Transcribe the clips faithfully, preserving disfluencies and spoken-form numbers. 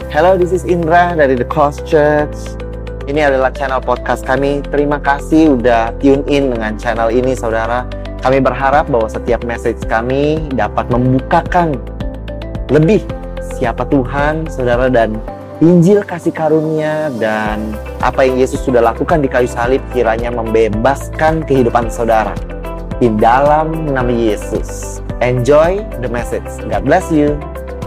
Hello, this is Indra dari The Cross Church. Ini adalah channel podcast kami. Terima kasih udah tune in dengan channel ini, saudara. Kami berharap bahwa setiap message kami dapat membukakan lebih siapa Tuhan, saudara, dan Injil kasih karunia dan apa yang Yesus sudah lakukan di kayu salib kiranya membebaskan kehidupan saudara. Di dalam nama Yesus. Enjoy the message. God bless you.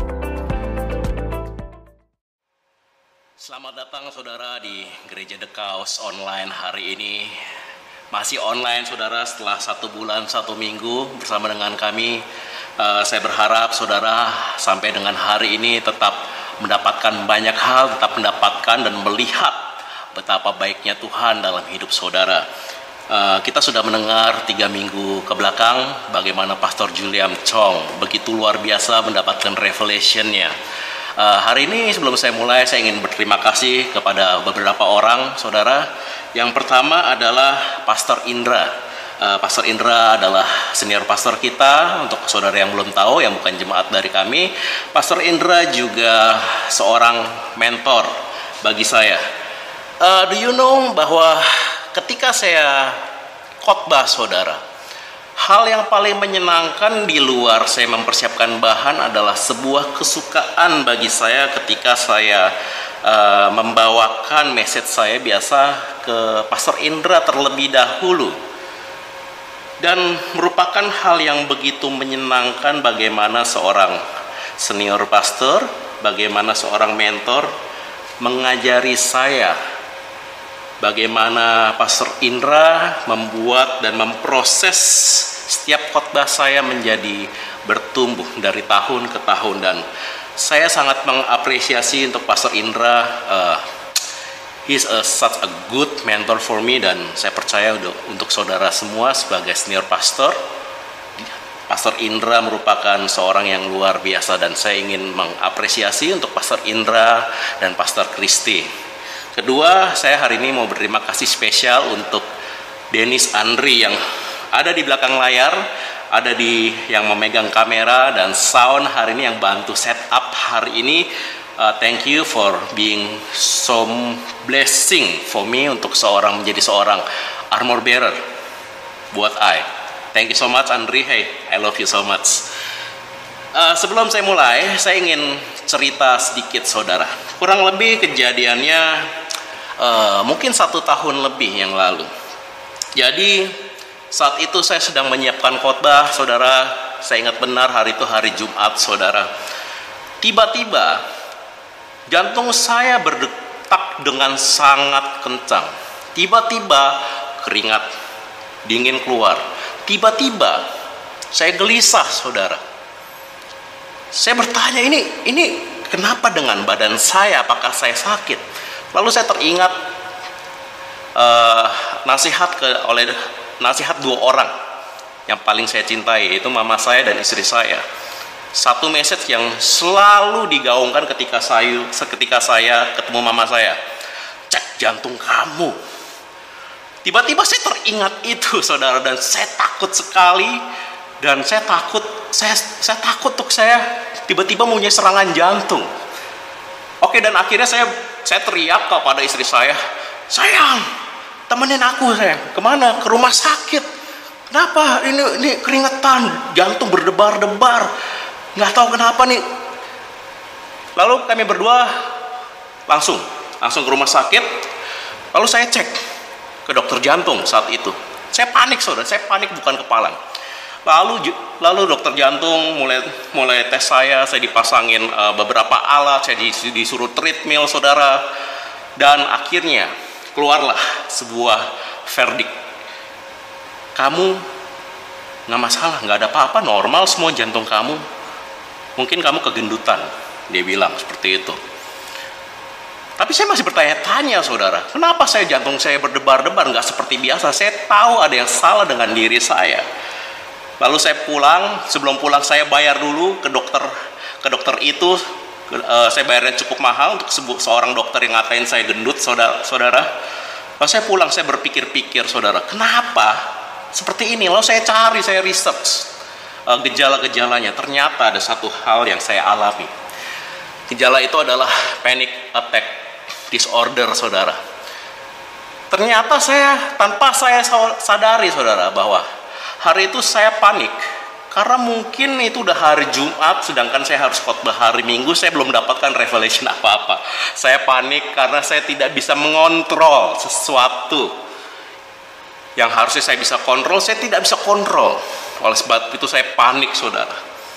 Selamat datang saudara di Gereja The Chaos online hari ini. Masih online saudara setelah satu bulan, satu minggu bersama dengan kami. uh, Saya berharap saudara sampai dengan hari ini tetap mendapatkan banyak hal, tetap mendapatkan dan melihat betapa baiknya Tuhan dalam hidup saudara. uh, Kita sudah mendengar tiga minggu ke belakang bagaimana Pastor Julian Chong begitu luar biasa mendapatkan revelation-nya. Uh, hari ini sebelum saya mulai, saya ingin berterima kasih kepada beberapa orang, saudara. Yang pertama adalah Pastor Indra. Uh, Pastor Indra adalah senior pastor kita. Untuk saudara yang belum tahu, yang bukan jemaat dari kami, Pastor Indra juga seorang mentor bagi saya. Uh, do you know bahwa ketika saya khotbah, saudara, hal yang paling menyenangkan di luar saya mempersiapkan bahan adalah sebuah kesukaan bagi saya ketika saya uh, membawakan message saya biasa ke Pastor Indra terlebih dahulu. Dan merupakan hal yang begitu menyenangkan bagaimana seorang senior pastor, bagaimana seorang mentor mengajari saya bagaimana Pastor Indra membuat dan memproses setiap khotbah saya menjadi bertumbuh dari tahun ke tahun. Dan saya sangat mengapresiasi untuk Pastor Indra. uh, He's a, such a good mentor for me. Dan saya percaya untuk, untuk saudara semua sebagai senior pastor, Pastor Indra merupakan seorang yang luar biasa. Dan saya ingin mengapresiasi untuk Pastor Indra dan Pastor Kristi. Kedua, saya hari ini mau berterima kasih spesial untuk Dennis Andri yang ada di belakang layar, ada di yang memegang kamera dan sound hari ini, yang bantu set up hari ini. Uh, thank you for being so blessing for me untuk seorang menjadi seorang armor bearer buat I. Thank you so much Andri. Hey, I love you so much. Uh, sebelum saya mulai, saya ingin cerita sedikit, saudara. Kurang lebih kejadiannya uh, mungkin satu tahun lebih yang lalu. Jadi saat itu saya sedang menyiapkan khotbah, saudara. Saya ingat benar hari itu hari Jumat, saudara. Tiba-tiba jantung saya berdetak dengan sangat kencang. Tiba-tiba keringat dingin keluar. Tiba-tiba saya gelisah, saudara. Saya bertanya, ini ini kenapa dengan badan saya? Apakah saya sakit? Lalu saya teringat uh, nasihat ke oleh nasihat dua orang yang paling saya cintai, yaitu mama saya dan istri saya. Satu message yang selalu digaungkan ketika saya ketika saya ketemu mama saya, cek jantung kamu. Tiba-tiba saya teringat itu, saudara, dan saya takut sekali. Dan saya takut, saya saya takut tuh saya tiba-tiba punya serangan jantung. Oke, dan akhirnya saya saya teriak kepada istri saya, sayang, temenin aku sayang. Kemana? Ke rumah sakit. Kenapa? Ini ini keringetan, jantung berdebar-debar. Nggak tahu kenapa nih. Lalu kami berdua langsung langsung ke rumah sakit. Lalu saya cek ke dokter jantung saat itu. Saya panik, saudara. Saya panik bukan kepalang. Lalu lalu dokter jantung mulai mulai tes saya, saya dipasangin uh, beberapa alat, saya disuruh treadmill, saudara. Dan akhirnya keluarlah sebuah verdict. Kamu nggak masalah, nggak ada apa-apa, normal semua jantung kamu. Mungkin kamu kegendutan, dia bilang seperti itu. Tapi saya masih bertanya-tanya, saudara, kenapa saya jantung saya berdebar-debar, nggak seperti biasa? Saya tahu ada yang salah dengan diri saya. Lalu saya pulang, sebelum pulang saya bayar dulu ke dokter ke dokter itu. Uh, saya bayarnya cukup mahal untuk sebu- seorang dokter yang ngatain saya gendut, saudara. saudara. Lalu saya pulang, saya berpikir-pikir, saudara, kenapa seperti ini? Lalu saya cari, saya research uh, gejala-gejalanya. Ternyata ada satu hal yang saya alami. Gejala itu adalah panic attack disorder, saudara. Ternyata saya, tanpa saya sadari, saudara, bahwa hari itu saya panik. Karena mungkin itu udah hari Jumat, sedangkan saya harus khotbah hari Minggu, saya belum mendapatkan revelation apa-apa. Saya panik karena saya tidak bisa mengontrol sesuatu yang harusnya saya bisa kontrol, saya tidak bisa kontrol. Oleh sebab itu saya panik, saudara.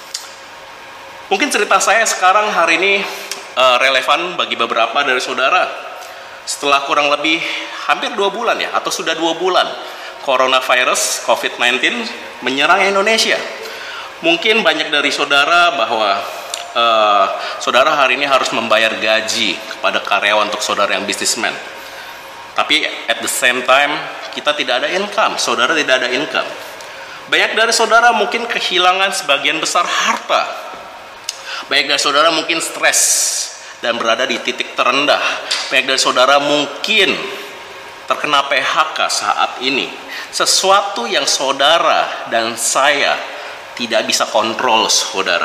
Mungkin cerita saya sekarang hari ini uh, relevan bagi beberapa dari saudara. Setelah kurang lebih hampir dua bulan ya, atau sudah dua bulan, coronavirus covid sembilan belas menyerang Indonesia. Mungkin banyak dari saudara bahwa uh, saudara hari ini harus membayar gaji kepada karyawan untuk saudara yang bisnismen. Tapi at the same time, kita tidak ada income, saudara tidak ada income. Banyak dari saudara mungkin kehilangan sebagian besar harta. Banyak dari saudara mungkin stres dan berada di titik terendah. Banyak dari saudara mungkin terkena P H K saat ini. Sesuatu yang saudara dan saya tidak bisa kontrol, saudara.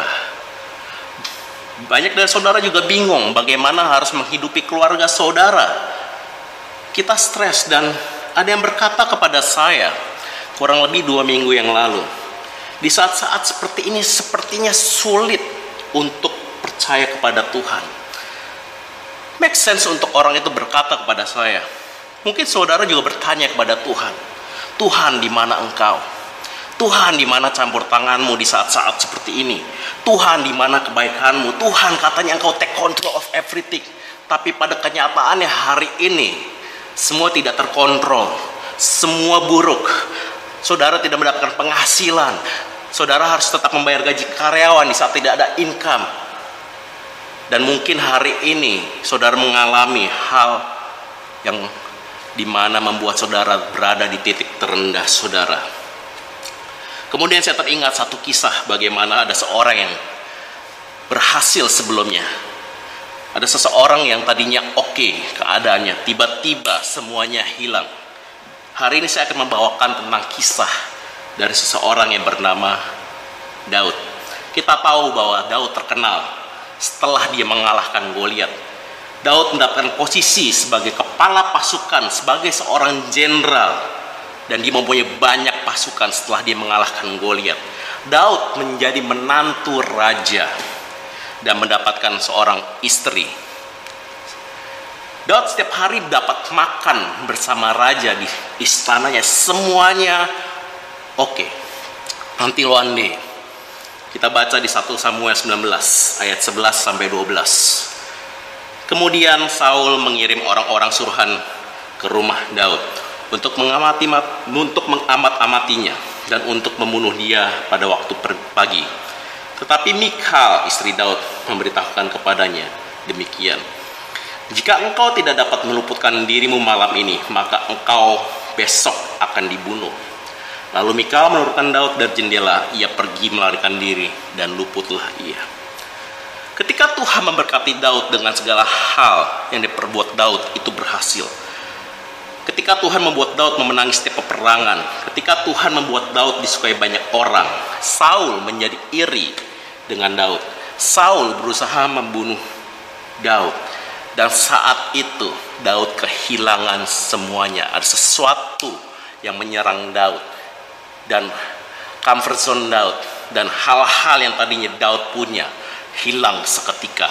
Banyak dari saudara juga bingung bagaimana harus menghidupi keluarga saudara. Kita stres, dan ada yang berkata kepada saya kurang lebih dua minggu yang lalu, di saat-saat seperti ini sepertinya sulit untuk percaya kepada Tuhan. Make sense untuk orang itu berkata kepada saya. Mungkin saudara juga bertanya kepada Tuhan, Tuhan, di mana Engkau? Tuhan, di mana campur tanganmu di saat-saat seperti ini? Tuhan, di mana kebaikanmu? Tuhan, katanya Engkau take control of everything. Tapi pada kenyataannya hari ini semua tidak terkontrol, semua buruk. Saudara tidak mendapatkan penghasilan. Saudara harus tetap membayar gaji karyawan di saat tidak ada income. Dan mungkin hari ini saudara mengalami hal yang dimana membuat saudara berada di titik terendah, saudara. Kemudian saya teringat satu kisah bagaimana ada seorang yang berhasil sebelumnya. Ada seseorang yang tadinya oke keadaannya, tiba-tiba semuanya hilang. Hari ini saya akan membawakan tentang kisah dari seseorang yang bernama Daud. Kita tahu bahwa Daud terkenal setelah dia mengalahkan Goliat. Daud mendapatkan posisi sebagai kepala pasukan, sebagai seorang jenderal, dan dia mempunyai banyak pasukan setelah dia mengalahkan Goliat. Daud menjadi menantu raja dan mendapatkan seorang istri. Daud setiap hari dapat makan bersama raja di istananya, semuanya oke. Okay. Until one day, kita baca di satu Samuel sembilan belas ayat sebelas sampai dua belas. Kemudian Saul mengirim orang-orang suruhan ke rumah Daud untuk mengamati untuk mengamat-amatinya dan untuk membunuh dia pada waktu pagi. Tetapi Michal, istri Daud, memberitahukan kepadanya demikian, jika engkau tidak dapat meluputkan dirimu malam ini, maka engkau besok akan dibunuh. Lalu Michal menurunkan Daud dari jendela, ia pergi melarikan diri dan luputlah ia. Ketika Tuhan memberkati Daud dengan segala hal yang diperbuat Daud itu berhasil. Ketika Tuhan membuat Daud memenangi setiap peperangan, ketika Tuhan membuat Daud disukai banyak orang, Saul menjadi iri dengan Daud. Saul berusaha membunuh Daud. Dan saat itu Daud kehilangan semuanya. Ada sesuatu yang menyerang Daud. Dan comfort zone Daud dan hal-hal yang tadinya Daud punya hilang seketika.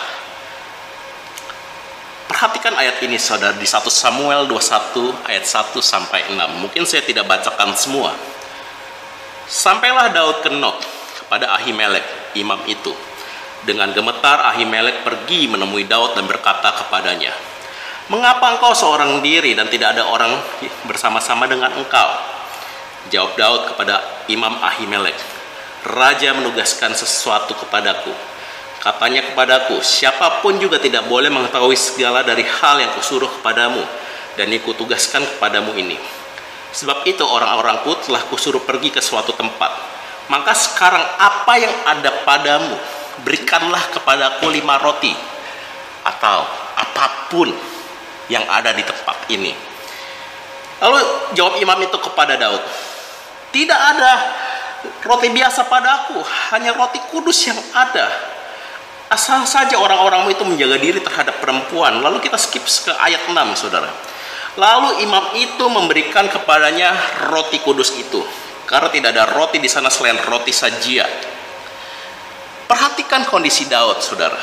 Perhatikan ayat ini, saudara, di satu Samuel dua puluh satu ayat satu sampai enam. Mungkin saya tidak bacakan semua. Sampailah Daud ke Nob kepada Ahimelek, imam itu. Dengan gemetar Ahimelek pergi menemui Daud dan berkata kepadanya, mengapa engkau seorang diri dan tidak ada orang bersama-sama dengan engkau? Jawab Daud kepada imam Ahimelek, raja menugaskan sesuatu kepadaku. Katanya kepadaku, siapapun juga tidak boleh mengetahui segala dari hal yang kusuruh kepadamu dan yang kutugaskan kepadamu ini. Sebab itu orang-orangku telah kusuruh pergi ke suatu tempat. Maka sekarang apa yang ada padamu, berikanlah kepadaku lima roti atau apapun yang ada di tempat ini. Lalu jawab imam itu kepada Daud, tidak ada roti biasa padaku, hanya roti kudus yang ada. Asal saja orang-orang itu menjaga diri terhadap perempuan. Lalu kita skip ke ayat enam, saudara. Lalu imam itu memberikan kepadanya roti kudus itu, karena tidak ada roti di sana selain roti sajian. Perhatikan kondisi Daud, saudara.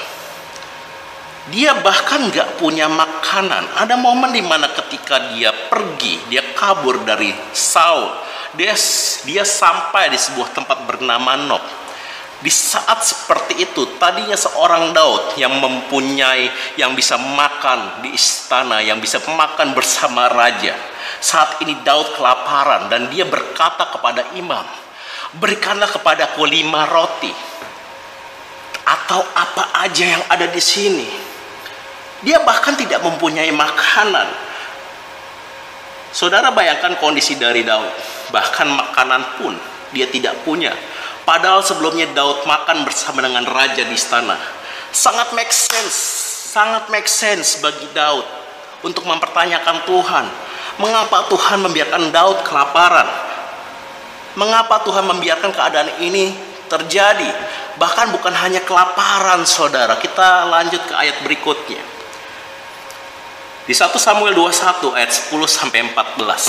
Dia bahkan gak punya makanan. Ada momen dimana ketika dia pergi, dia kabur dari Saul, dia, dia sampai di sebuah tempat bernama Nob. Di saat seperti itu, tadinya seorang Daud yang mempunyai, yang bisa makan di istana, yang bisa makan bersama raja. Saat ini Daud kelaparan dan dia berkata kepada imam, berikanlah kepadaku lima roti atau apa aja yang ada di sini. Dia bahkan tidak mempunyai makanan. Saudara bayangkan kondisi dari Daud, bahkan makanan pun dia tidak punya. Padahal sebelumnya Daud makan bersama dengan raja di istana. Sangat make sense, sangat make sense bagi Daud untuk mempertanyakan Tuhan. Mengapa Tuhan membiarkan Daud kelaparan? Mengapa Tuhan membiarkan keadaan ini terjadi? Bahkan bukan hanya kelaparan, saudara. Kita lanjut ke ayat berikutnya. Di satu Samuel dua puluh satu ayat sepuluh sampai empat belas.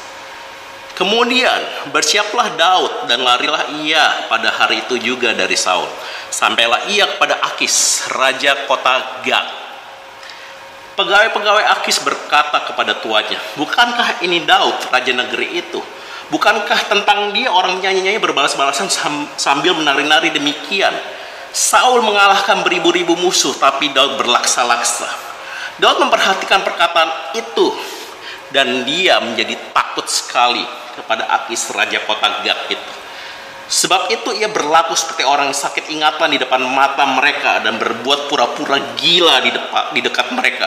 Kemudian bersiaplah Daud dan larilah ia pada hari itu juga dari Saul. Sampailah ia kepada Akis, raja kota Gat. Pegawai-pegawai Akis berkata kepada tuannya, bukankah ini Daud, raja negeri itu? Bukankah tentang dia orang nyanyi-nyanyi berbalas-balasan sambil menari-nari demikian? Saul mengalahkan beribu-ribu musuh, tapi Daud berlaksa-laksa. Daud memperhatikan perkataan itu, dan dia menjadi takut sekali kepada Akis, raja kota Gat itu. Sebab itu ia berlaku seperti orang sakit ingatan di depan mata mereka dan berbuat pura-pura gila di, depan, di dekat mereka.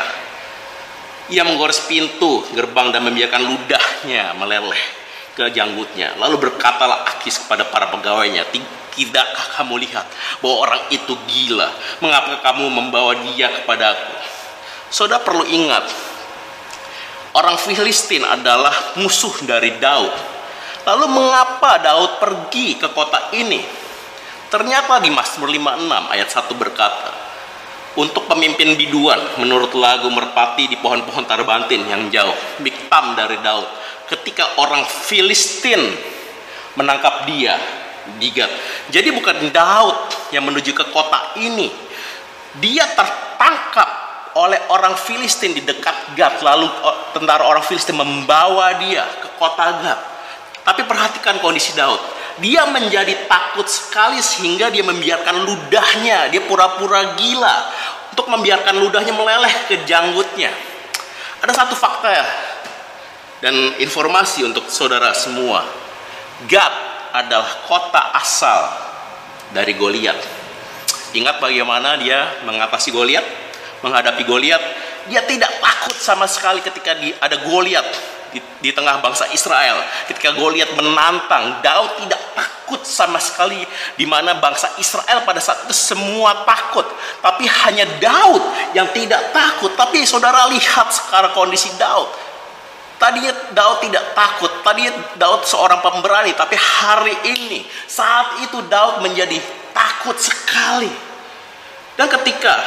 Ia menggores pintu gerbang dan membiarkan ludahnya meleleh ke janggutnya. Lalu berkatalah Akis kepada para pegawainya, tidakkah kamu lihat bahwa orang itu gila? Mengapa kamu membawa dia kepadaku? Saudara perlu ingat, orang Filistin adalah musuh dari Daud. Lalu mengapa Daud pergi ke kota ini? Ternyata di Mazmur lima puluh enam ayat satu berkata, untuk pemimpin biduan menurut lagu merpati di pohon-pohon tarbantin yang jauh, Miktam dari Daud. Ketika orang Filistin menangkap dia di Gat. Jadi bukan Daud yang menuju ke kota ini. Dia tertangkap oleh orang Filistin di dekat Gat, lalu tentara orang Filistin membawa dia ke kota Gat. Tapi perhatikan kondisi Daud. Dia menjadi takut sekali sehingga dia membiarkan ludahnya, dia pura-pura gila untuk membiarkan ludahnya meleleh ke janggutnya. Ada satu fakta dan informasi untuk saudara semua. Gat adalah kota asal dari Goliat. Ingat bagaimana dia mengatasi Goliat? Menghadapi Goliat, dia tidak takut sama sekali ketika di, ada Goliat di, di tengah bangsa Israel. Ketika Goliat menantang, Daud tidak takut sama sekali, di mana bangsa Israel pada saat itu semua takut, tapi hanya Daud yang tidak takut. Tapi saudara lihat sekarang kondisi Daud. Tadinya Daud tidak takut, tadinya Daud seorang pemberani, tapi hari ini saat itu Daud menjadi takut sekali. Dan ketika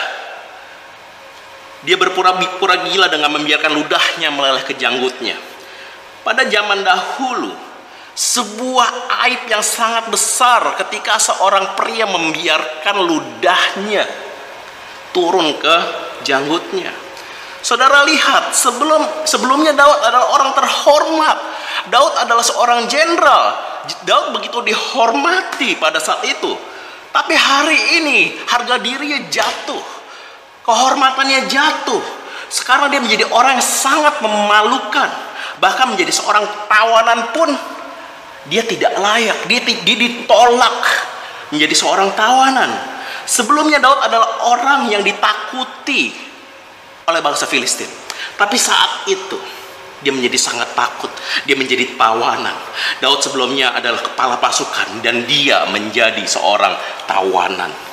dia berpura-pura gila dengan membiarkan ludahnya meleleh ke janggutnya. Pada zaman dahulu, sebuah aib yang sangat besar ketika seorang pria membiarkan ludahnya turun ke janggutnya. Saudara lihat, sebelum sebelumnya Daud adalah orang terhormat. Daud adalah seorang jenderal. Daud begitu dihormati pada saat itu. Tapi hari ini harga dirinya jatuh. Kehormatannya jatuh. Sekarang dia menjadi orang yang sangat memalukan. Bahkan menjadi seorang tawanan pun dia tidak layak. Dia, dia ditolak menjadi seorang tawanan. Sebelumnya Daud adalah orang yang ditakuti oleh bangsa Filistin. Tapi saat itu dia menjadi sangat takut. Dia menjadi tawanan. Daud sebelumnya adalah kepala pasukan dan dia menjadi seorang tawanan.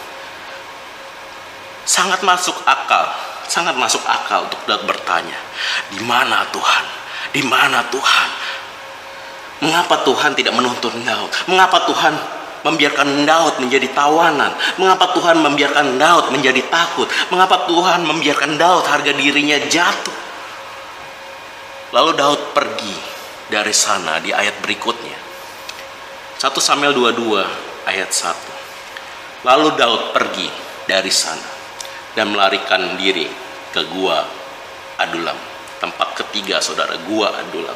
Sangat masuk akal, sangat masuk akal untuk Daud bertanya, di mana Tuhan? Di mana Tuhan? Mengapa Tuhan tidak menuntun Daud? Mengapa Tuhan membiarkan Daud menjadi tawanan? Mengapa Tuhan membiarkan Daud menjadi takut? Mengapa Tuhan membiarkan Daud harga dirinya jatuh? Lalu Daud pergi dari sana di ayat berikutnya. satu Samuel dua puluh dua ayat satu. Lalu Daud pergi dari sana dan melarikan diri ke gua Adulam. Tempat ketiga, saudara, gua Adulam.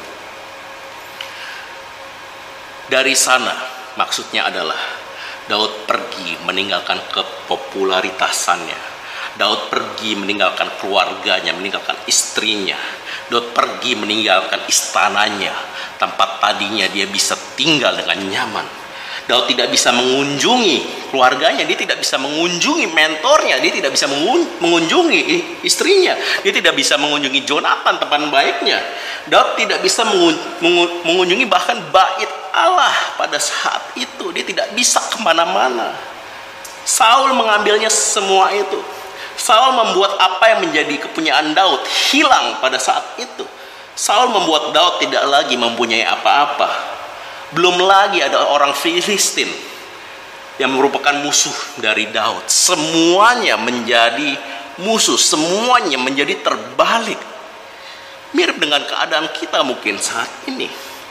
Dari sana maksudnya adalah Daud pergi meninggalkan kepopularitasannya. Daud pergi meninggalkan keluarganya, meninggalkan istrinya. Daud pergi meninggalkan istananya, tempat tadinya dia bisa tinggal dengan nyaman. Daud tidak bisa mengunjungi keluarganya, dia tidak bisa mengunjungi mentornya, dia tidak bisa mengunjungi istrinya, dia tidak bisa mengunjungi Jonathan teman baiknya. Daud tidak bisa mengunjungi bahkan bait Allah pada saat itu, dia tidak bisa kemana-mana. Saul mengambilnya semua itu. Saul membuat apa yang menjadi kepunyaan Daud hilang pada saat itu. Saul membuat Daud tidak lagi mempunyai apa-apa. Belum lagi ada orang Filistin yang merupakan musuh dari Daud. Semuanya menjadi musuh, semuanya menjadi terbalik. Mirip dengan keadaan kita mungkin saat ini.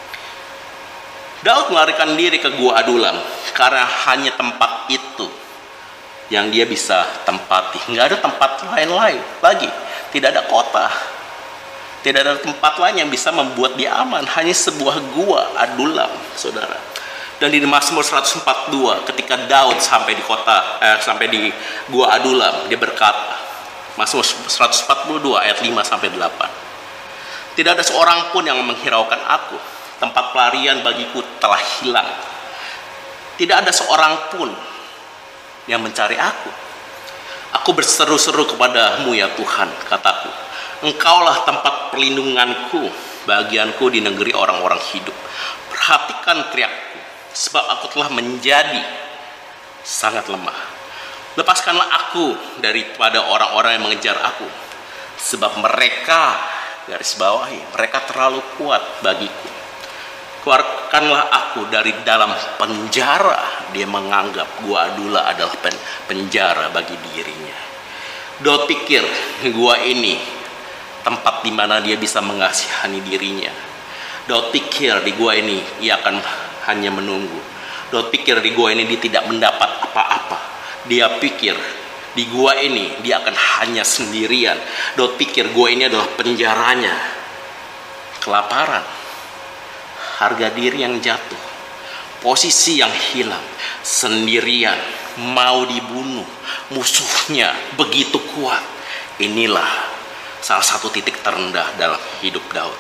Daud melarikan diri ke gua Adulam karena hanya tempat itu yang dia bisa tempati. Nggak ada tempat lain-lain lagi. Tidak ada kota. Tidak ada tempat lain yang bisa membuat dia aman. Hanya sebuah gua Adulam, saudara. Dan di Mazmur seratus empat puluh dua, ketika Daud sampai di kota, eh, sampai di gua Adulam, dia berkata, Mazmur seratus empat puluh dua ayat lima sampai delapan. Tidak ada seorang pun yang menghiraukan aku. Tempat pelarian bagiku telah hilang. Tidak ada seorang pun yang mencari aku. Aku berseru-seru kepadamu ya Tuhan, kataku. Engkaulah tempat perlindunganku, bagianku di negeri orang-orang hidup. Perhatikan teriakku, sebab aku telah menjadi sangat lemah. Lepaskanlah aku daripada orang-orang yang mengejar aku, sebab mereka, garis bawahi, mereka terlalu kuat bagiku. Keluarkanlah aku dari dalam penjara. Dia menganggap gua Adulam adalah penjara bagi dirinya. Daud pikir gua ini tempat di mana dia bisa mengasihani dirinya. Daud pikir di gua ini ia akan hanya menunggu. Daud pikir di gua ini dia tidak mendapat apa-apa. Dia pikir di gua ini dia akan hanya sendirian. Daud pikir gua ini adalah penjaranya. Kelaparan, harga diri yang jatuh, posisi yang hilang, sendirian, mau dibunuh, musuhnya begitu kuat. Inilah salah satu titik terendah dalam hidup Daud.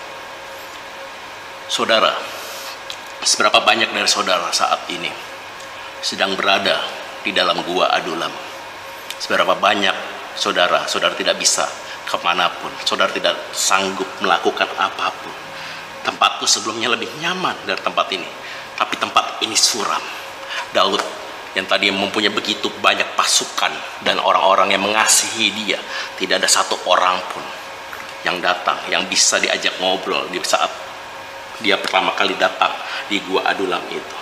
Saudara, seberapa banyak dari saudara saat ini sedang berada di dalam gua Adulam? Seberapa banyak saudara, saudara tidak bisa kemanapun, saudara tidak sanggup melakukan apapun. Tempatku sebelumnya lebih nyaman dari tempat ini, tapi tempat ini suram. Daud yang tadi mempunyai begitu banyak pasukan dan orang-orang yang mengasihi dia, tidak ada satu orang pun yang datang, yang bisa diajak ngobrol di saat dia pertama kali datang di gua Adulam itu.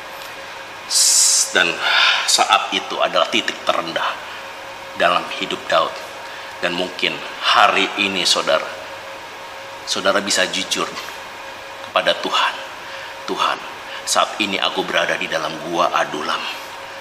Dan saat itu adalah titik terendah dalam hidup Daud. Dan mungkin hari ini saudara, saudara bisa jujur kepada Tuhan. Tuhan, saat ini aku berada di dalam gua Adulam.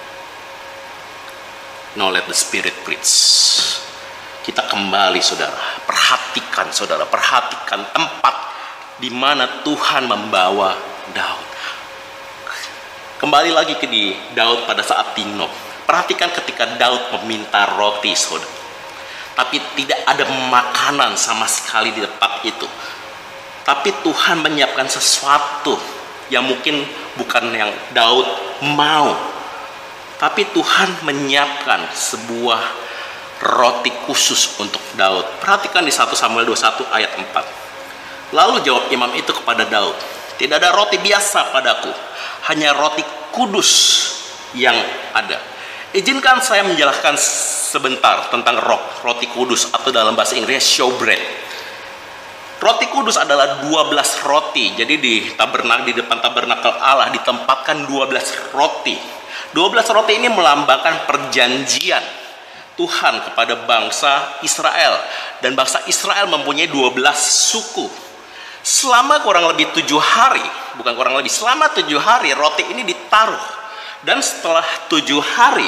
Now let the Spirit preach. Kita kembali saudara, perhatikan saudara, perhatikan tempat di mana Tuhan membawa Daud. Kembali lagi ke di Daud pada saat di Nob. Perhatikan ketika Daud meminta roti saudara, tapi tidak ada makanan sama sekali di tempat itu. Tapi Tuhan menyiapkan sesuatu yang mungkin bukan yang Daud mau. Tapi Tuhan menyiapkan sebuah roti khusus untuk Daud. Perhatikan di satu Samuel dua puluh satu ayat empat. Lalu jawab imam itu kepada Daud, tidak ada roti biasa padaku, hanya roti kudus yang ada. Izinkan saya menjelaskan sebentar tentang roti kudus, atau dalam bahasa Inggris showbread. Roti kudus adalah dua belas roti. Jadi di tabernakel, di depan tabernakel Allah ditempatkan dua belas roti. dua belas roti ini melambangkan perjanjian Tuhan kepada bangsa Israel. Dan bangsa Israel mempunyai dua belas suku. Selama kurang lebih tujuh hari, bukan kurang lebih, selama tujuh hari roti ini ditaruh. Dan setelah tujuh hari,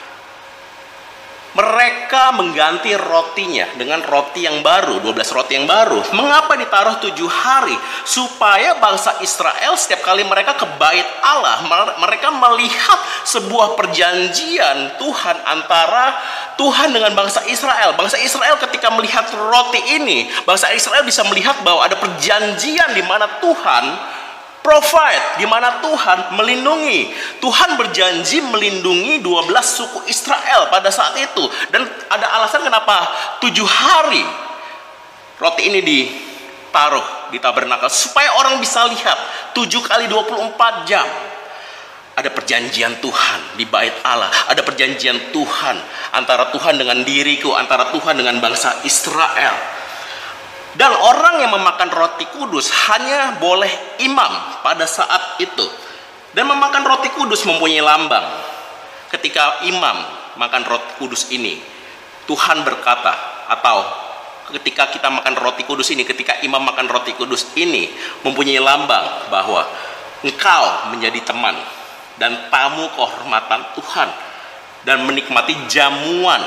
mereka mengganti rotinya dengan roti yang baru, dua belas roti yang baru. Mengapa ditaruh tujuh hari? Supaya bangsa Israel setiap kali mereka ke bait Allah, mereka melihat sebuah perjanjian Tuhan antara Tuhan dengan bangsa Israel. Bangsa Israel ketika melihat roti ini, bangsa Israel bisa melihat bahwa ada perjanjian di mana Tuhan provide, di mana Tuhan melindungi. Tuhan berjanji melindungi dua belas suku Israel pada saat itu. Dan ada alasan kenapa tujuh hari roti ini ditaruh di tabernakel, supaya orang bisa lihat tujuh kali dua puluh empat jam ada perjanjian Tuhan di bait Allah. Ada perjanjian Tuhan antara Tuhan dengan diriku, antara Tuhan dengan bangsa Israel. Dan orang yang memakan roti kudus hanya boleh imam pada saat itu. Dan memakan roti kudus mempunyai lambang. Ketika imam makan roti kudus ini, Tuhan berkata, atau ketika kita makan roti kudus ini, ketika imam makan roti kudus ini, mempunyai lambang bahwa engkau menjadi teman dan tamu kehormatan Tuhan, dan menikmati jamuan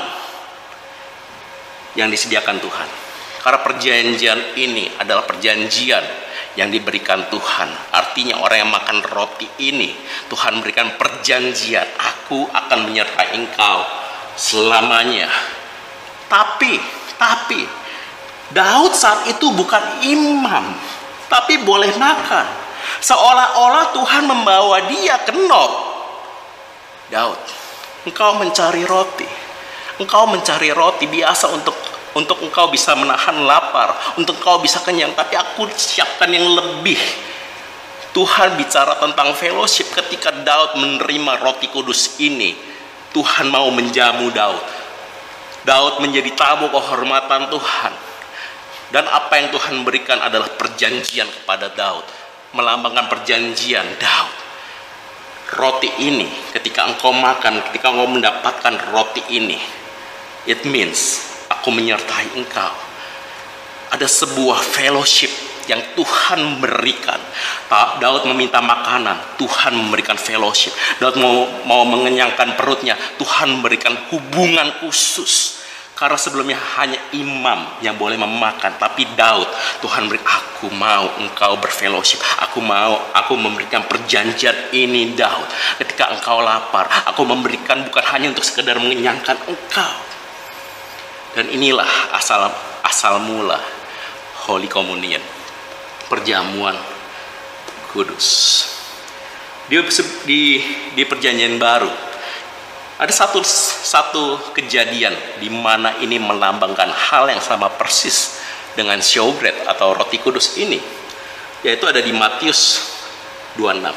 yang disediakan Tuhan. Karena perjanjian ini adalah perjanjian yang diberikan Tuhan. Artinya orang yang makan roti ini, Tuhan berikan perjanjian, aku akan menyertai engkau selamanya. Tapi, tapi Daud saat itu bukan imam, tapi boleh makan. Seolah-olah Tuhan membawa dia ke Nob. Daud, engkau mencari roti. Engkau mencari roti biasa untuk untuk engkau bisa menahan lapar, untuk engkau bisa kenyang, tapi aku siapkan yang lebih. Tuhan bicara tentang fellowship ketika Daud menerima roti kudus ini. Tuhan mau menjamu Daud. Daud menjadi tamu kehormatan Tuhan. Dan apa yang Tuhan berikan adalah perjanjian kepada Daud, melambangkan perjanjian Daud. Roti ini, ketika engkau makan, ketika engkau mendapatkan roti ini, it means aku menyertai engkau. Ada sebuah fellowship yang Tuhan berikan. Daud meminta makanan, Tuhan memberikan fellowship. Daud mau, mau mengenyangkan perutnya, Tuhan memberikan hubungan khusus. Karena sebelumnya hanya imam yang boleh memakan, tapi Daud, Tuhan beri, aku mau engkau berfellowship. Aku mau, aku memberikan perjanjian ini Daud. Ketika engkau lapar, aku memberikan bukan hanya untuk sekedar mengenyangkan engkau. Dan inilah asal asal mula Holy Communion, perjamuan kudus. Di, di, di perjanjian baru ada satu satu kejadian di mana ini melambangkan hal yang sama persis dengan showbread atau roti kudus ini, yaitu ada di Matius dua puluh enam.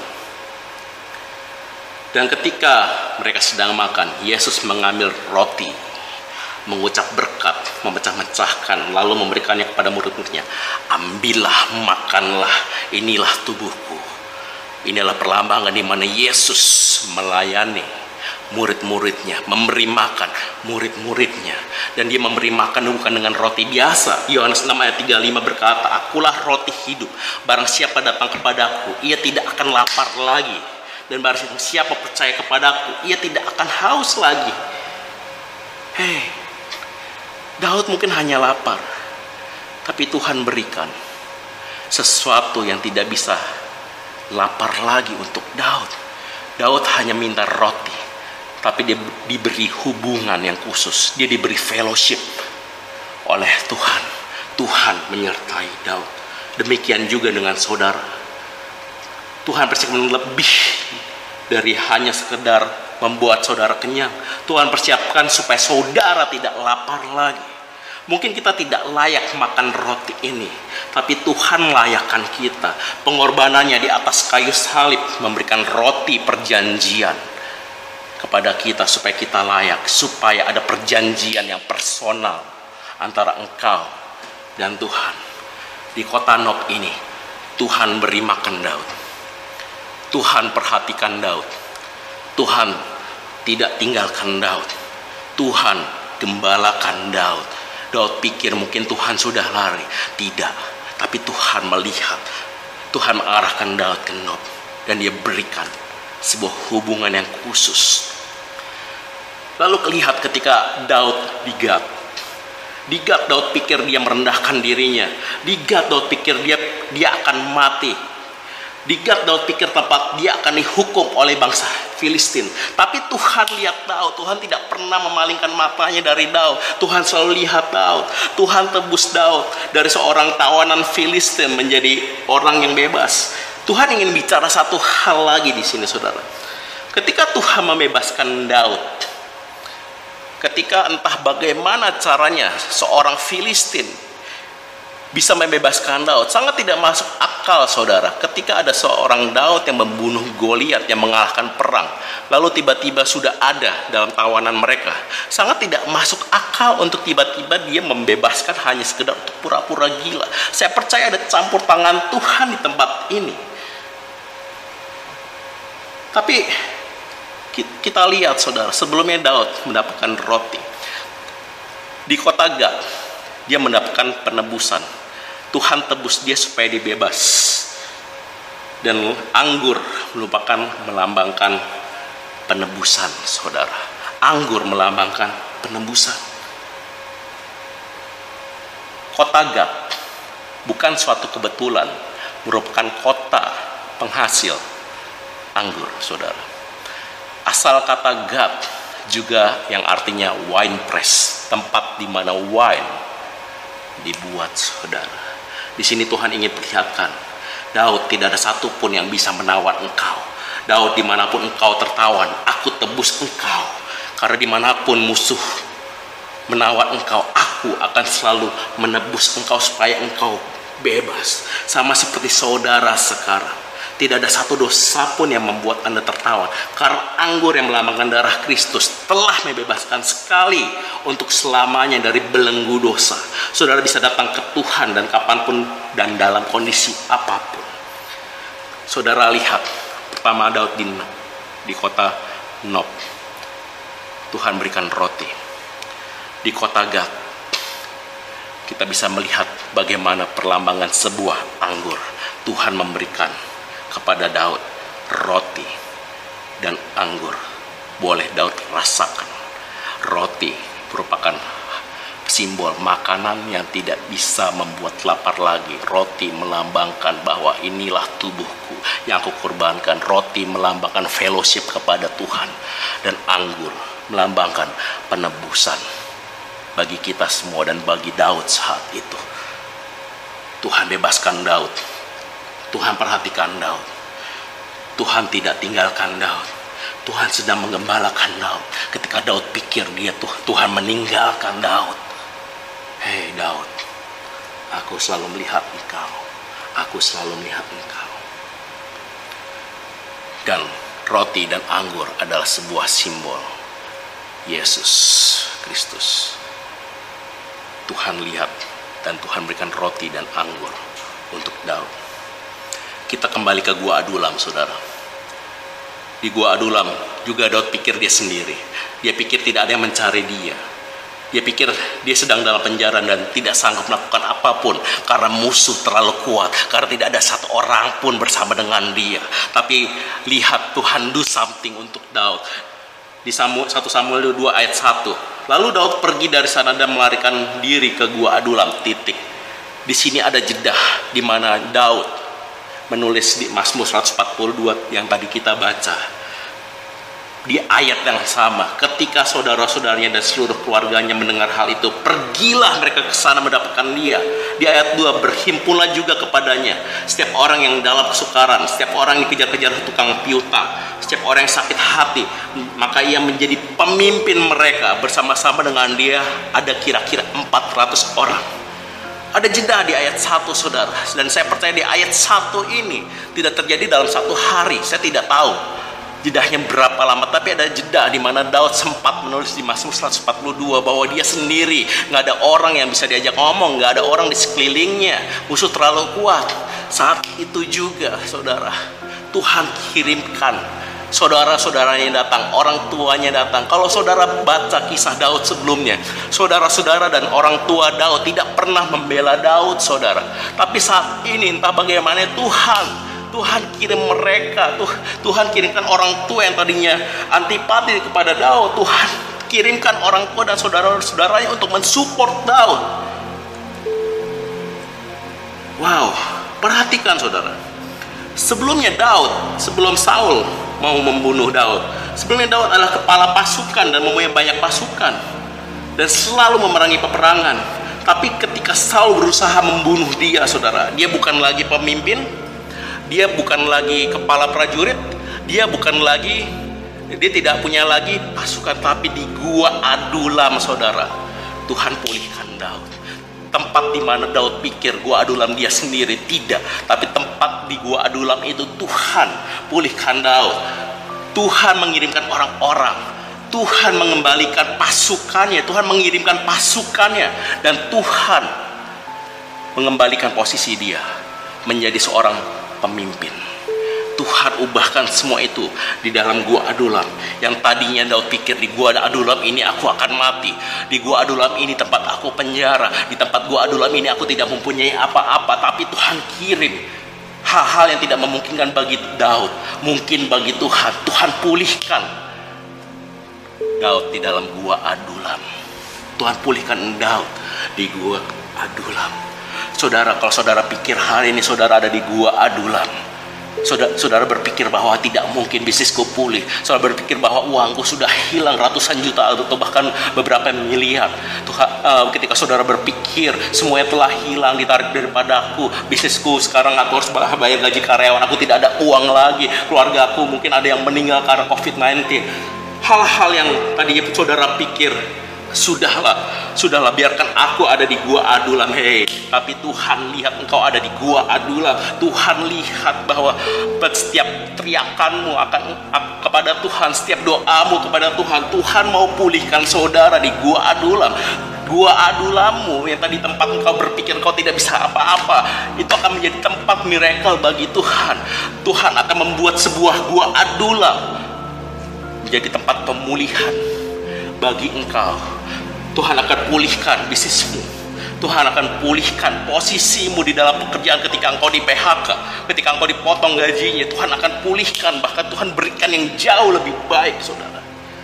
Dan ketika mereka sedang makan, Yesus mengambil roti, mengucap berkat, memecah-mecahkan, lalu memberikannya kepada murid-muridnya. Ambillah, makanlah, inilah tubuhku. Inilah perlambangan di mana Yesus melayani murid-muridnya, memberi makan murid-muridnya. Dan dia memberi makan bukan dengan roti biasa. Yohanes enam ayat tiga puluh lima berkata, akulah roti hidup. Barang siapa datang kepadaku, ia tidak akan lapar lagi. Dan barang siapa percaya kepadaku, ia tidak akan haus lagi. Hei, Daud mungkin hanya lapar, tapi Tuhan berikan sesuatu yang tidak bisa lapar lagi untuk Daud. Daud hanya minta roti, tapi dia diberi hubungan yang khusus. Dia diberi fellowship oleh Tuhan. Tuhan menyertai Daud. Demikian juga dengan saudara. Tuhan persiapkan lebih dari hanya sekedar membuat saudara kenyang. Tuhan persiapkan supaya saudara tidak lapar lagi. Mungkin kita tidak layak makan roti ini, tapi Tuhan layakkan kita. Pengorbanannya di atas kayu salib memberikan roti perjanjian kepada kita supaya kita layak, supaya ada perjanjian yang personal antara engkau dan Tuhan. Di kota Nob ini, Tuhan beri makan Daud. Tuhan perhatikan Daud. Tuhan tidak tinggalkan Daud. Tuhan gembalakan Daud. Daud pikir mungkin Tuhan sudah lari. Tidak, tapi Tuhan melihat. Tuhan mengarahkan Daud ke Nob, dan dia berikan sebuah hubungan yang khusus. Lalu kelihat ketika Daud di Gat. Di Gat Daud pikir dia merendahkan dirinya. Di Gat Daud pikir dia dia akan mati. Di Gat Daud pikir tempat dia akan dihukum oleh bangsa Filistin. Tapi Tuhan lihat Daud. Tuhan tidak pernah memalingkan matanya dari Daud. Tuhan selalu lihat Daud. Tuhan tebus Daud dari seorang tawanan Filistin menjadi orang yang bebas. Tuhan ingin bicara satu hal lagi di sini, saudara. Ketika Tuhan membebaskan Daud, ketika entah bagaimana caranya seorang Filistin bisa membebaskan Daud, sangat tidak masuk akal, saudara. Ketika ada seorang Daud yang membunuh Goliat, yang mengalahkan perang, lalu tiba-tiba sudah ada dalam tawanan mereka, sangat tidak masuk akal untuk tiba-tiba dia membebaskan hanya sekedar untuk pura-pura gila. Saya percaya ada campur tangan Tuhan di tempat ini. Tapi kita lihat, saudara, sebelumnya Daud mendapatkan roti. Di kota Gat, dia mendapatkan penebusan. Tuhan tebus dia supaya dibebas. Dan anggur merupakan melambangkan penebusan, saudara. Anggur melambangkan penebusan. Kota Gat bukan suatu kebetulan, merupakan kota penghasil anggur, saudara. Asal kata Gat juga yang artinya wine press, tempat di mana wine dibuat, saudara. Di sini Tuhan ingin perlihatkan, Daud, tidak ada satupun yang bisa menawan engkau. Daud, dimanapun engkau tertawan, aku tebus engkau. Karena dimanapun musuh menawan engkau, aku akan selalu menebus engkau supaya engkau bebas. Sama seperti saudara sekarang. Tidak ada satu dosa pun yang membuat Anda tertawan. Karena anggur yang melambangkan darah Kristus telah membebaskan sekali untuk selamanya dari belenggu dosa. Saudara bisa datang ke Tuhan dan kapanpun dan dalam kondisi apapun. Saudara lihat, pertama Daud di, di kota Nob. Tuhan berikan roti. Di kota Gat, kita bisa melihat bagaimana perlambangan sebuah anggur. Tuhan memberikan kepada Daud roti dan anggur. Boleh Daud rasakan. Roti merupakan simbol makanan yang tidak bisa membuat lapar lagi. Roti melambangkan bahwa inilah tubuhku yang aku korbankan. Roti melambangkan fellowship kepada Tuhan. Dan anggur melambangkan penebusan bagi kita semua dan bagi Daud saat itu. Tuhan bebaskan Daud. Tuhan perhatikan Daud. Tuhan tidak tinggalkan Daud. Tuhan sedang menggembalakan Daud. Ketika Daud pikir dia tuh Tuhan meninggalkan Daud. Hei Daud, aku selalu melihat engkau. Aku selalu melihat engkau. Dan roti dan anggur adalah sebuah simbol Yesus Kristus. Tuhan lihat dan Tuhan berikan roti dan anggur untuk Daud. Kita kembali ke Gua Adulam, saudara. Di Gua Adulam juga Daud pikir dia sendiri. Dia pikir tidak ada yang mencari dia. Dia pikir dia sedang dalam penjara dan tidak sanggup melakukan apapun karena musuh terlalu kuat, karena tidak ada satu orang pun bersama dengan dia. Tapi lihat, Tuhan do something untuk Daud. Di satu Samuel dua ayat satu. Lalu Daud pergi dari sana dan melarikan diri ke Gua Adulam. Titik. Di sini ada jeda di mana Daud menulis di Mazmur seratus empat puluh dua yang tadi kita baca. Di ayat yang sama, ketika saudara-saudaranya dan seluruh keluarganya mendengar hal itu, pergilah mereka ke sana mendapatkan dia. Di ayat dua, berhimpunlah juga kepadanya setiap orang yang dalam kesukaran, setiap orang yang dikejar-kejar tukang piutang, setiap orang yang sakit hati, maka ia menjadi pemimpin mereka. Bersama-sama dengan dia ada kira-kira empat ratus orang. Ada jeda di ayat satu, saudara. Dan saya percaya di ayat satu ini tidak terjadi dalam satu hari. Saya tidak tahu jedahnya berapa lama, tapi ada jeda di mana Daud sempat menulis di Mazmur seratus empat puluh dua bahwa dia sendiri, nggak ada orang yang bisa diajak ngomong, nggak ada orang di sekelilingnya, musuh terlalu kuat. Saat itu juga, saudara, Tuhan kirimkan saudara-saudaranya datang, orang tuanya datang. Kalau saudara baca kisah Daud sebelumnya, saudara-saudara dan orang tua Daud tidak pernah membela Daud, saudara. Tapi saat ini entah bagaimana Tuhan Tuhan kirim mereka, tuh Tuhan kirimkan orang tua yang tadinya antipati kepada Daud. Tuhan kirimkan orang tua dan saudara-saudaranya untuk mensupport Daud. Wow, perhatikan saudara. Sebelumnya Daud, sebelum Saul mau membunuh Daud, sebelumnya Daud adalah kepala pasukan dan mempunyai banyak pasukan dan selalu memerangi peperangan. Tapi ketika Saul berusaha membunuh dia, saudara, dia bukan lagi pemimpin, dia bukan lagi kepala prajurit, dia bukan lagi, dia tidak punya lagi pasukan, tapi di gua Adulam, saudara, Tuhan pulihkan Daud. Tempat di mana Daud pikir gua Adulam dia sendiri, tidak, tapi tempat di gua Adulam itu Tuhan pulihkan Daud. Tuhan mengirimkan orang-orang, Tuhan mengembalikan pasukannya, Tuhan mengirimkan pasukannya, dan Tuhan mengembalikan posisi dia menjadi seorang pemimpin. Tuhan ubahkan semua itu di dalam gua Adulam. Yang tadinya Daud pikir di gua Adulam ini aku akan mati, di gua Adulam ini tempat aku penjara, di tempat gua Adulam ini aku tidak mempunyai apa-apa. Tapi Tuhan kirim hal-hal yang tidak memungkinkan bagi Daud, mungkin bagi Tuhan. Tuhan pulihkan Daud di dalam gua Adulam. Tuhan pulihkan Daud di gua Adulam. Saudara, kalau saudara pikir hari ini saudara ada di gua Adulam, saudara, saudara berpikir bahwa tidak mungkin bisnisku pulih, saudara berpikir bahwa uangku sudah hilang ratusan juta atau bahkan beberapa miliar. Tuhan, uh, ketika saudara berpikir semuanya telah hilang, ditarik daripadaku, bisnisku sekarang aku harus bayar gaji karyawan, aku tidak ada uang lagi, keluarga aku mungkin ada yang meninggal karena covid sembilan belas. Hal-hal yang tadi saudara pikir, Sudahlah, sudahlah biarkan aku ada di gua Adulam. Hei, tapi Tuhan lihat engkau ada di gua Adulam. Tuhan lihat bahwa setiap teriakanmu akan kepada Tuhan, setiap doamu kepada Tuhan, Tuhan mau pulihkan saudara di gua Adulam. Gua Adulammu yang tadi tempat engkau berpikir engkau tidak bisa apa-apa, itu akan menjadi tempat miracle bagi Tuhan. Tuhan akan membuat sebuah gua Adulam menjadi tempat pemulihan bagi engkau. Tuhan akan pulihkan bisnismu, Tuhan akan pulihkan posisimu di dalam pekerjaan ketika engkau di P H K, ketika engkau dipotong gajinya. Tuhan akan pulihkan, bahkan Tuhan berikan yang jauh lebih baik, saudara.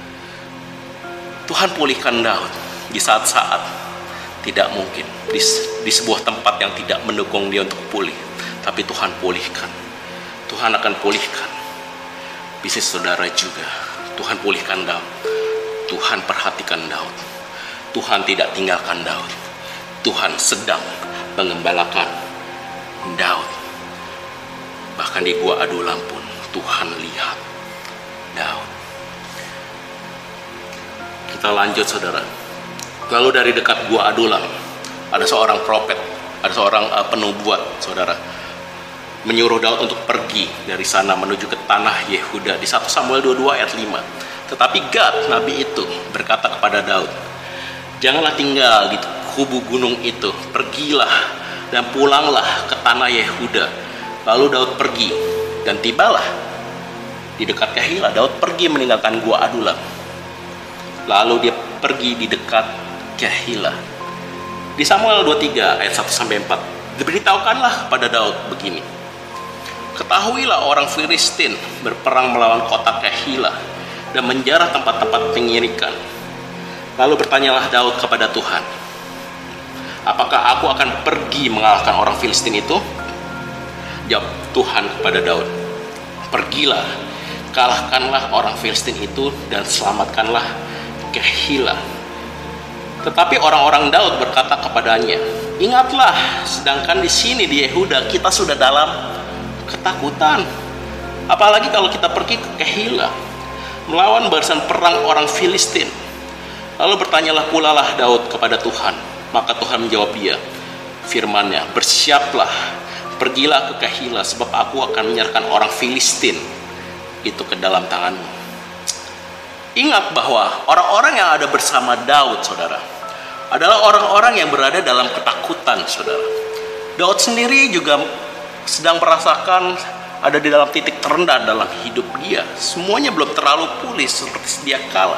Tuhan pulihkan Daud di saat-saat tidak mungkin, di, di sebuah tempat yang tidak mendukung dia untuk pulih. Tapi Tuhan pulihkan. Tuhan akan pulihkan bisnis saudara juga. Tuhan pulihkan Daud. Tuhan perhatikan Daud. Tuhan tidak tinggalkan Daud. Tuhan sedang mengembalakan Daud. Bahkan di gua Adulam pun Tuhan lihat Daud. Kita lanjut, saudara. Lalu dari dekat gua Adulam ada seorang prophet, ada seorang uh, penubuat, saudara, menyuruh Daud untuk pergi dari sana menuju ke tanah Yehuda di satu Samuel dua puluh dua ayat lima. Tetapi Gad, nabi itu, berkata kepada Daud, janganlah tinggal di kubu gunung itu, pergilah dan pulanglah ke tanah Yehuda. Lalu Daud pergi dan tibalah di dekat Kehila. Daud pergi meninggalkan gua Adulam. Lalu dia pergi di dekat Kehila. Di Samuel dua puluh tiga ayat satu sampai empat, diberitahukanlah pada Daud begini, ketahuilah orang Filistin berperang melawan kota Kehila dan menjarah tempat-tempat pengirikan. Lalu bertanyalah Daud kepada Tuhan, apakah aku akan pergi mengalahkan orang Filistin itu? Jawab Tuhan kepada Daud, pergilah, kalahkanlah orang Filistin itu dan selamatkanlah Kehila. Tetapi orang-orang Daud berkata kepadanya, ingatlah, sedangkan di sini di Yehuda kita sudah dalam ketakutan. Apalagi kalau kita pergi ke Kehila melawan barisan perang orang Filistin. Lalu bertanyalah pula lah Daud kepada Tuhan. Maka Tuhan menjawab dia firman-Nya, bersiaplah, pergilah ke Kehila, sebab aku akan menyerahkan orang Filistin itu ke dalam tanganmu. Ingat bahwa orang-orang yang ada bersama Daud, saudara, adalah orang-orang yang berada dalam ketakutan, saudara. Daud sendiri juga sedang merasakan ada di dalam titik terendah dalam hidup dia. Semuanya belum terlalu pulih seperti sedia kala.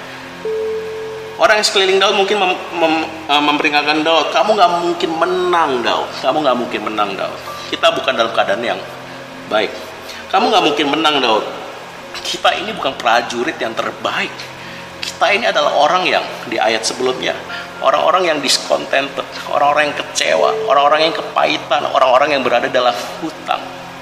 Orang yang sekeliling Daud mungkin mem mem memperingatkan Daud, kamu nggak mungkin menang Daud, kamu nggak mungkin menang Daud. Kita bukan dalam keadaan yang baik. Kamu nggak mungkin menang Daud. Kita ini bukan prajurit yang terbaik. Kita ini adalah orang yang di ayat sebelumnya, orang-orang yang discontented, orang-orang yang kecewa, orang-orang yang kepahitan, orang-orang yang berada dalam hutang.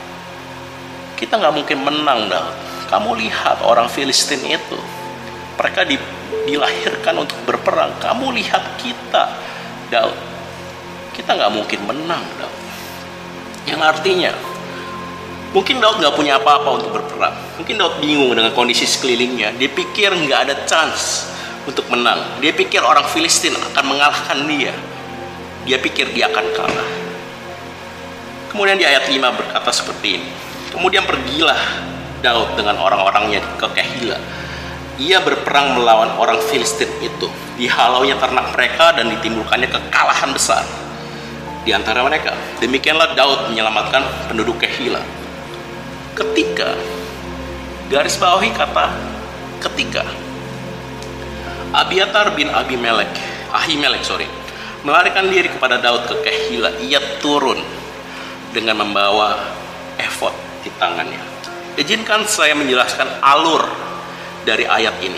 Kita nggak mungkin menang Daud. Kamu lihat orang Filistin itu, mereka di, dilahirkan untuk berperang. Kamu lihat kita Daud, kita nggak mungkin menang Daud. Yang artinya mungkin Daud nggak punya apa-apa untuk berperang. Mungkin Daud bingung dengan kondisi sekelilingnya. Dia pikir nggak ada chance untuk menang. Dia pikir orang Filistin akan mengalahkan dia. Dia pikir dia akan kalah. Kemudian di ayat lima berkata seperti ini. Kemudian pergilah Daud dengan orang-orangnya ke Kehila. Ia berperang melawan orang Filistin itu. Dihalaunya ternak mereka dan ditimbulkannya kekalahan besar di antara mereka. Demikianlah Daud menyelamatkan penduduk Kehila. Ketika, garis bawahi kata ketika, Abiatar bin Abimelek, Ahimelek sorry, melarikan diri kepada Daud ke Kehila, ia turun dengan membawa efod di tangannya. Izinkan saya menjelaskan alur dari ayat ini.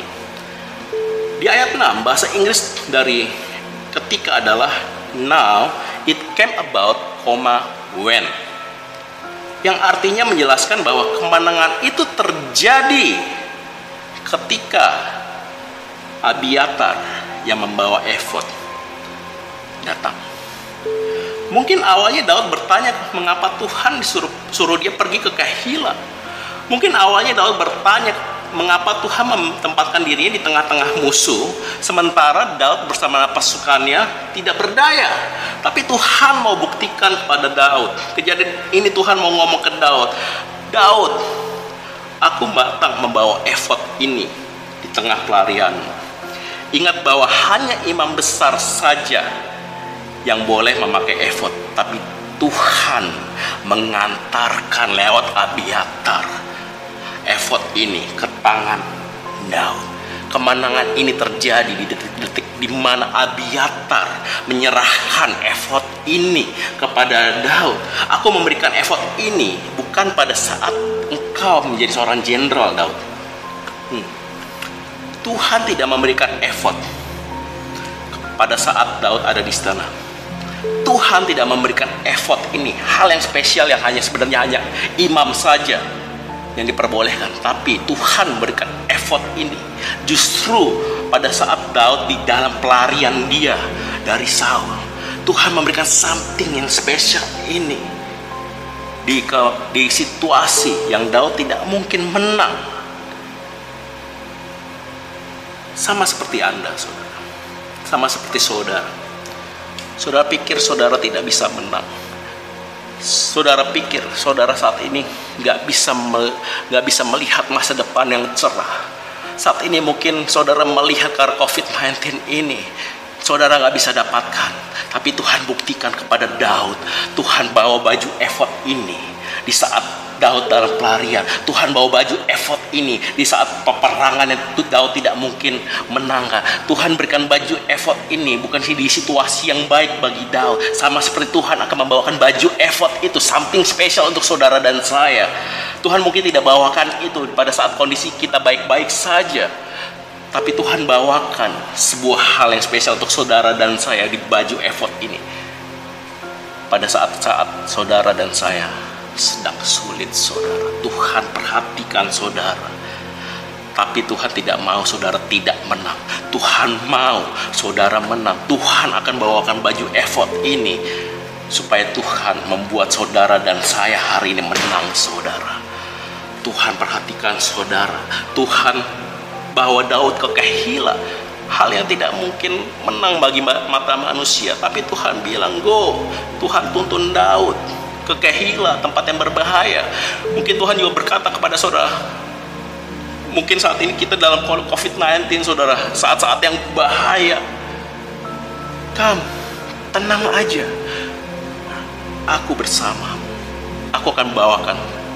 Di ayat enam, bahasa Inggris dari ketika adalah now it came about, when, yang artinya menjelaskan bahwa kemenangan itu terjadi ketika Abiatar yang membawa efod datang. Mungkin awalnya Daud bertanya mengapa Tuhan disuruh suruh dia pergi ke Kehila. Mungkin awalnya Daud bertanya mengapa Tuhan menempatkan dirinya di tengah-tengah musuh, sementara Daud bersama pasukannya tidak berdaya. Tapi Tuhan mau buktikan kepada Daud. Kejadian ini Tuhan mau ngomong ke Daud, Daud, aku datang membawa efod ini di tengah pelarianmu. Ingat bahwa hanya imam besar saja yang boleh memakai efod, tapi Tuhan mengantarkan lewat Abiatar efod ini ke tangan Daud. Kemenangan ini terjadi di detik-detik di mana Abiatar menyerahkan efod ini kepada Daud. Aku memberikan efod ini bukan pada saat engkau menjadi seorang jenderal Daud. Hmm. Tuhan tidak memberikan efod pada saat Daud ada di istana. Tuhan tidak memberikan efod ini, hal yang spesial yang hanya sebenarnya hanya imam saja yang diperbolehkan. Tapi Tuhan memberikan efod ini justru pada saat Daud di dalam pelarian dia dari Saul. Tuhan memberikan something yang spesial ini di, ke, di situasi yang Daud tidak mungkin menang. Sama seperti Anda, saudara. Sama seperti saudara. Saudara pikir saudara tidak bisa menang. Saudara pikir saudara saat ini nggak bisa nggak bisa melihat masa depan yang cerah. Saat ini mungkin saudara melihat karena covid sembilan belas ini saudara nggak bisa dapatkan. Tapi Tuhan buktikan kepada Daud. Tuhan bawa baju efod ini di saat Daud dalam pelarian. Tuhan bawa baju efod ini di saat peperangan yang Daud tidak mungkin menangkan. Tuhan berikan baju efod ini bukan di situasi yang baik bagi Daud. Sama seperti Tuhan akan membawakan baju efod itu, something special untuk saudara dan saya. Tuhan mungkin tidak bawakan itu pada saat kondisi kita baik-baik saja. Tapi Tuhan bawakan sebuah hal yang spesial untuk saudara dan saya di baju efod ini. Pada saat-saat saudara dan saya sedang sulit, saudara, Tuhan perhatikan saudara. Tapi Tuhan tidak mau saudara tidak menang. Tuhan mau saudara menang. Tuhan akan bawakan baju efod ini supaya Tuhan membuat saudara dan saya hari ini menang, saudara. Tuhan perhatikan saudara. Tuhan bawa Daud ke Kehila, hal yang tidak mungkin menang bagi mata manusia. Tapi Tuhan bilang, go. Tuhan tuntun Daud ke Kehila, tempat yang berbahaya. Mungkin Tuhan juga berkata kepada saudara, mungkin saat ini kita dalam covid sembilan belas, saudara, saat-saat yang bahaya. Kamu tenang aja, aku bersamamu. Aku akan bawakan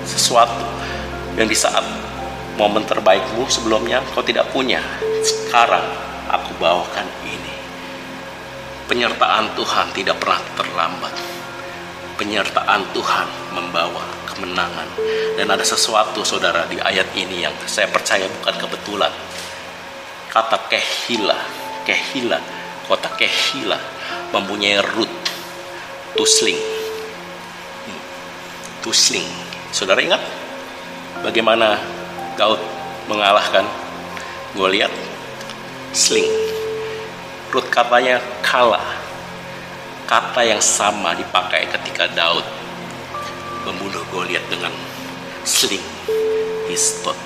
sesuatu yang di saat momen terbaikmu sebelumnya kau tidak punya. Sekarang aku bawakan ini. Penyertaan Tuhan tidak pernah terlambat. Penyertaan Tuhan membawa kemenangan. Dan ada sesuatu saudara di ayat ini yang saya percaya bukan kebetulan. Kata Kehila, Kehila, kota Kehila mempunyai root tusling. Tusling. Saudara ingat bagaimana Daud mengalahkan Goliat? Sling. Root katanya kala. Kata yang sama dipakai ketika Daud membunuh Goliat dengan sling, his thought.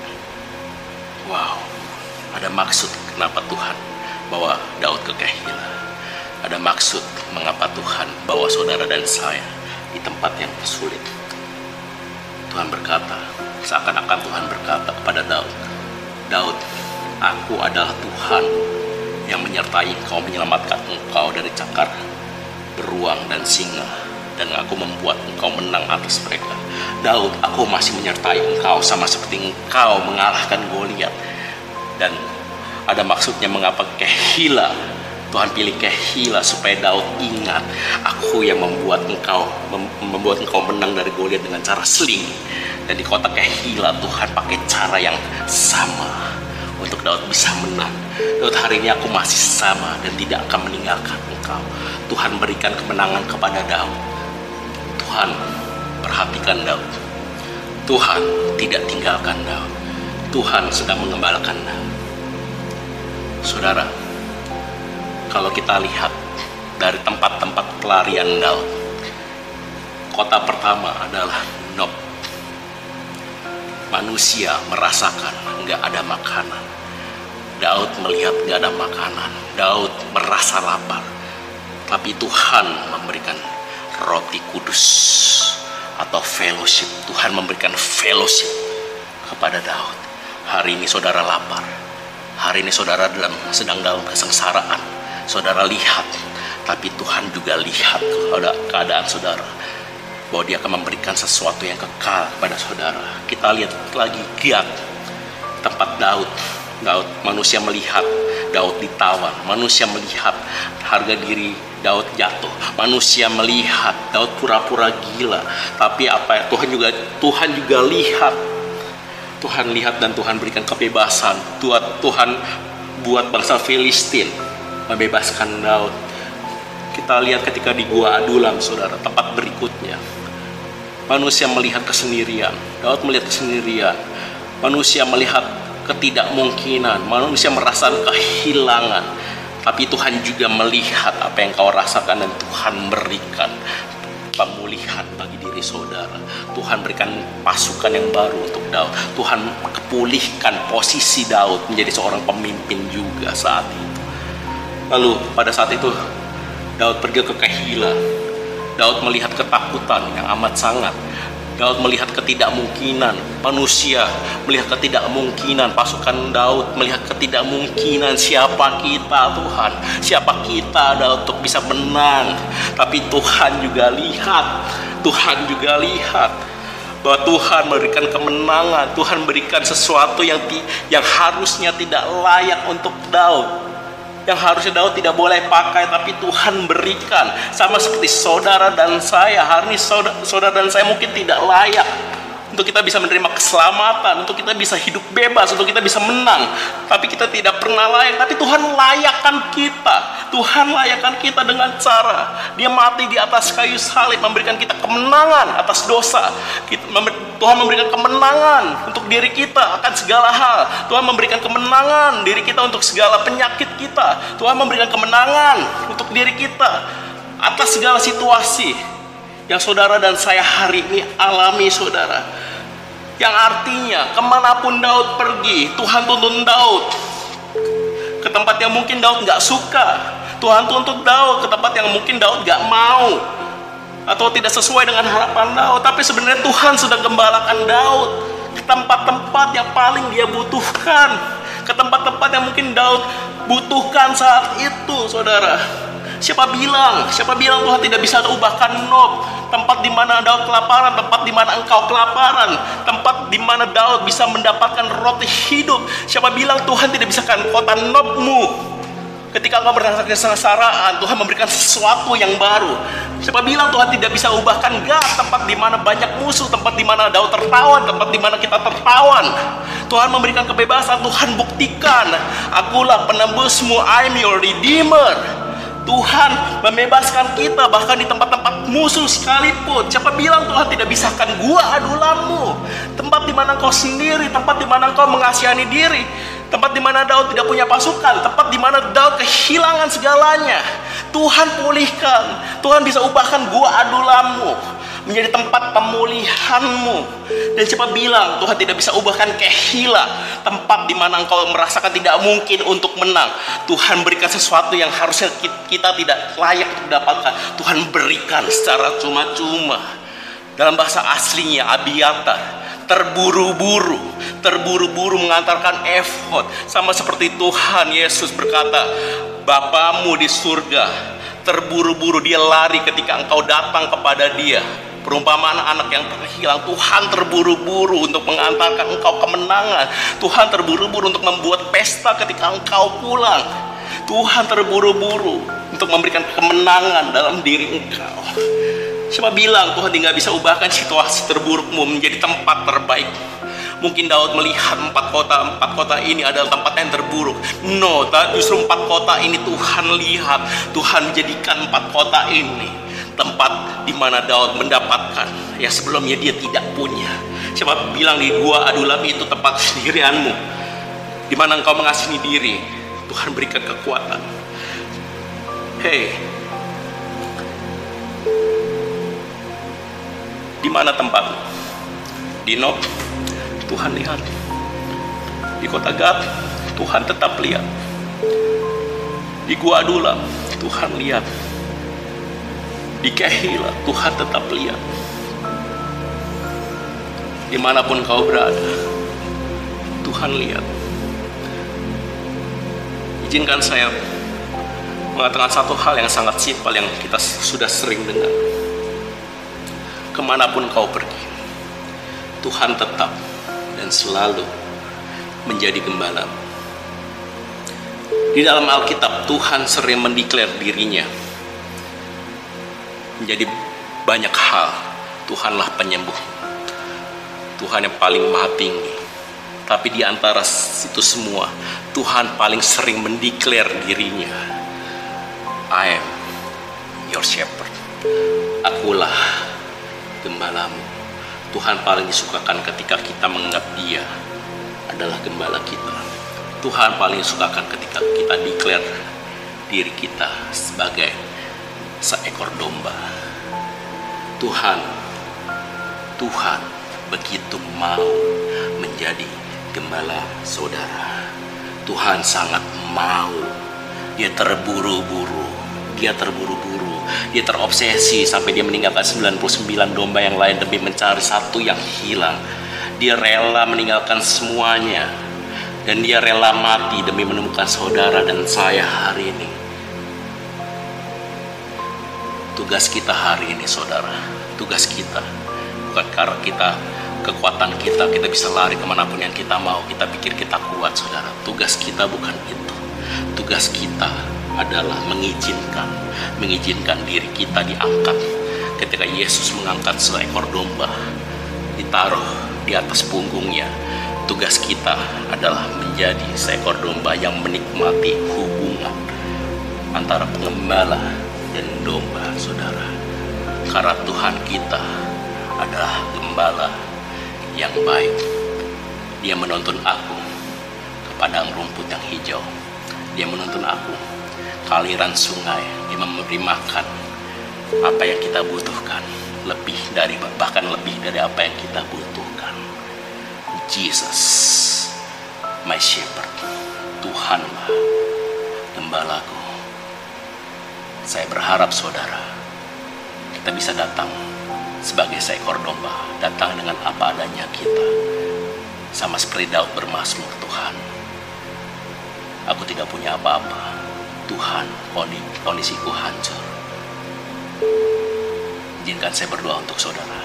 Wow, ada maksud kenapa Tuhan bawa Daud ke Kehila. Ada maksud mengapa Tuhan bawa saudara dan saya di tempat yang sulit. Tuhan berkata, seakan-akan Tuhan berkata kepada Daud, Daud, aku adalah Tuhan yang menyertai engkau, menyelamatkan engkau dari cakar beruang dan singa, dan aku membuat engkau menang atas mereka. Daud, aku masih menyertai engkau sama seperti engkau mengalahkan Goliat. Dan ada maksudnya mengapa Kehila, Tuhan pilih Kehila supaya Daud ingat, aku yang membuat engkau mem- membuat engkau menang dari Goliat dengan cara sling. Dan di kota Kehila Tuhan pakai cara yang sama untuk Daud bisa menang. Daud, hari ini aku masih sama dan tidak akan meninggalkan engkau. Tuhan berikan kemenangan kepada Daud. Tuhan perhatikan Daud. Tuhan tidak tinggalkan Daud. Tuhan sedang mengembalakan Daud. Saudara, kalau kita lihat dari tempat-tempat pelarian Daud, kota pertama adalah Nob. Manusia merasakan nggak ada makanan. Daud melihat nggak ada makanan. Daud merasa lapar. Tapi Tuhan memberikan roti kudus atau fellowship. Tuhan memberikan fellowship kepada Daud. Hari ini saudara lapar. Hari ini saudara dalam sedang dalam kesengsaraan. Saudara lihat, tapi Tuhan juga lihat keadaan saudara, bahwa Dia akan memberikan sesuatu yang kekal kepada saudara. Kita lihat lagi Giat, tempat Daud. Daud, manusia melihat Daud ditawan, manusia melihat harga diri Daud jatuh, manusia melihat Daud pura-pura gila. Tapi apa? Tuhan juga Tuhan juga lihat. Tuhan lihat dan Tuhan berikan kebebasan. Tuhan Tuhan buat bangsa Filistin membebaskan Daud. Kita lihat ketika di Gua Adulam, saudara, tempat berikutnya. Manusia melihat kesendirian. Daud melihat kesendirian. Manusia melihat ketidakmungkinan. Manusia merasa kehilangan. Tapi Tuhan juga melihat apa yang kau rasakan dan Tuhan berikan pemulihan bagi diri saudara. Tuhan berikan pasukan yang baru untuk Daud. Tuhan kepulihkan posisi Daud menjadi seorang pemimpin juga saat itu. Lalu pada saat itu Daud pergi ke Kehila. Daud melihat ketakutan yang amat sangat. Daud melihat ketidakmungkinan. Manusia melihat ketidakmungkinan. Pasukan Daud melihat ketidakmungkinan. Siapa kita, Tuhan? Siapa kita, Daud, untuk bisa menang? Tapi Tuhan juga lihat. Tuhan juga lihat bahwa Tuhan memberikan kemenangan. Tuhan berikan sesuatu yang ti- yang harusnya tidak layak untuk Daud. Yang harusnya Daud tidak boleh pakai, tapi Tuhan berikan. Sama seperti saudara dan saya. Hari ini saudara, saudara dan saya mungkin tidak layak untuk kita bisa menerima keselamatan, untuk kita bisa hidup bebas, untuk kita bisa menang. Tapi kita tidak pernah layak. Tapi Tuhan layakkan kita. Tuhan layakkan kita dengan cara Dia mati di atas kayu salib, memberikan kita kemenangan atas dosa. Kita, Tuhan memberikan kemenangan untuk diri kita akan segala hal. Tuhan memberikan kemenangan diri kita untuk segala penyakit kita. Tuhan memberikan kemenangan untuk diri kita atas segala situasi yang saudara dan saya hari ini alami, saudara. Yang artinya kemanapun Daud pergi, Tuhan tuntun Daud ke tempat yang mungkin Daud gak suka. Tuhan tuntut Daud ke tempat yang mungkin Daud gak mau atau tidak sesuai dengan harapan Daud. Tapi sebenarnya Tuhan sedang gembalakan Daud ke tempat-tempat yang paling dia butuhkan, ke tempat-tempat yang mungkin Daud butuhkan saat itu, saudara. Siapa bilang, siapa bilang Tuhan tidak bisa ubahkan Nob? tempat di mana Daud kelaparan, tempat di mana engkau kelaparan, tempat di mana Daud bisa mendapatkan roti hidup. Siapa bilang Tuhan tidak bisa kan kota Nobmu? Ketika engkau merasakan kesengsaraan, Tuhan memberikan sesuatu yang baru. Siapa bilang Tuhan tidak bisa ubahkan Gad, tempat di mana banyak musuh, tempat di mana Daud tertawan, tempat di mana kita tertawan. Tuhan memberikan kebebasan. Tuhan buktikan, akulah penebusmu, I'm your redeemer. Tuhan membebaskan kita bahkan di tempat-tempat musuh sekalipun. Siapa bilang Tuhan tidak bisakah gua adulammu? Tempat di mana engkau sendiri, tempat di mana engkau mengasihani diri, tempat di mana Daud tidak punya pasukan, tempat di mana Daud kehilangan segalanya. Tuhan pulihkan. Tuhan bisa ubahkan gua adulammu menjadi tempat pemulihanmu. Dan siapa bilang Tuhan tidak bisa ubahkan Kehila, tempat di mana engkau merasakan tidak mungkin untuk menang. Tuhan berikan sesuatu yang harusnya kita tidak layak untuk dapatkan. Tuhan berikan secara cuma-cuma. Dalam bahasa aslinya Abiatar, terburu-buru, terburu-buru mengantarkan efod. Sama seperti Tuhan Yesus berkata, Bapamu di surga, terburu-buru dia lari ketika engkau datang kepada dia. Perumpamaan anak yang terhilang, Tuhan terburu-buru untuk mengantarkan engkau kemenangan. Tuhan terburu-buru untuk membuat pesta ketika engkau pulang. Tuhan terburu-buru untuk memberikan kemenangan dalam diri engkau. Siapa bilang Tuhan tidak bisa ubahkan situasi terburukmu menjadi tempat terbaik? Mungkin Daud melihat empat kota, empat kota ini adalah tempat yang terburuk. No, justru empat kota ini Tuhan lihat. Tuhan menjadikan empat kota ini tempat di mana Daud mendapatkan yang sebelumnya dia tidak punya. Siapa bilang di gua Adulam itu tempat sendirianmu, di mana engkau mengasihi diri, Tuhan berikan kekuatan. Hei, di mana tempatmu? Di Nob, Tuhan lihat. Di kota Gad, Tuhan tetap lihat. Di gua Adulam, Tuhan lihat. Di Kehila, Tuhan tetap lihat. Dimanapun kau berada, Tuhan lihat. Izinkan saya mengatakan satu hal yang sangat simpel yang kita sudah sering dengar. Kemanapun kau pergi, Tuhan tetap dan selalu menjadi gembala. Di dalam Alkitab, Tuhan sering mendeklar dirinya menjadi banyak hal. Tuhanlah penyembuh, Tuhan yang paling maha tinggi. Tapi di antara itu semua, Tuhan paling sering mendeklar dirinya, I am your shepherd. Akulah gembalamu. Tuhan paling disukakan ketika kita menganggap dia adalah gembala kita. Tuhan paling disukakan ketika kita declare diri kita sebagai seekor domba. Tuhan, Tuhan begitu mau menjadi gembala saudara. Tuhan sangat mau. Dia terburu-buru. Dia terburu-buru. Dia terobsesi sampai dia meninggalkan sembilan puluh sembilan domba yang lain demi mencari satu yang hilang. Dia rela meninggalkan semuanya. Dan dia rela mati demi menemukan saudara dan saya hari ini. Tugas kita hari ini saudara, tugas kita bukan karena kita, kekuatan kita, kita bisa lari kemanapun yang kita mau, kita pikir kita kuat saudara. Tugas kita bukan itu. Tugas kita adalah mengizinkan, mengizinkan diri kita diangkat. Ketika Yesus mengangkat seekor domba, ditaruh di atas punggungnya, tugas kita adalah menjadi seekor domba yang menikmati hubungan antara pengembala dan domba saudara. Karena Tuhan kita adalah gembala yang baik. Dia menuntun aku ke padang rumput yang hijau. Dia menuntun aku ke aliran sungai. Dia memberi makan apa yang kita butuhkan, lebih dari bahkan lebih dari apa yang kita butuhkan. Jesus, my shepherd. Tuhanlah gembalaku. Saya berharap saudara, kita bisa datang sebagai seekor domba, datang dengan apa adanya kita. Sama seperti Daud bermazmur, Tuhan, aku tidak punya apa-apa. Tuhan, kondisiku hancur. Izinkan saya berdoa untuk saudara.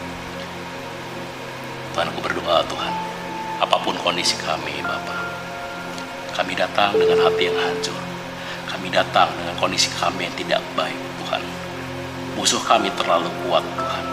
Tuhan, aku berdoa Tuhan, apapun kondisi kami Bapa, kami datang dengan hati yang hancur. Kami datang dengan kondisi kami yang tidak baik Tuhan. Musuh kami terlalu kuat Tuhan.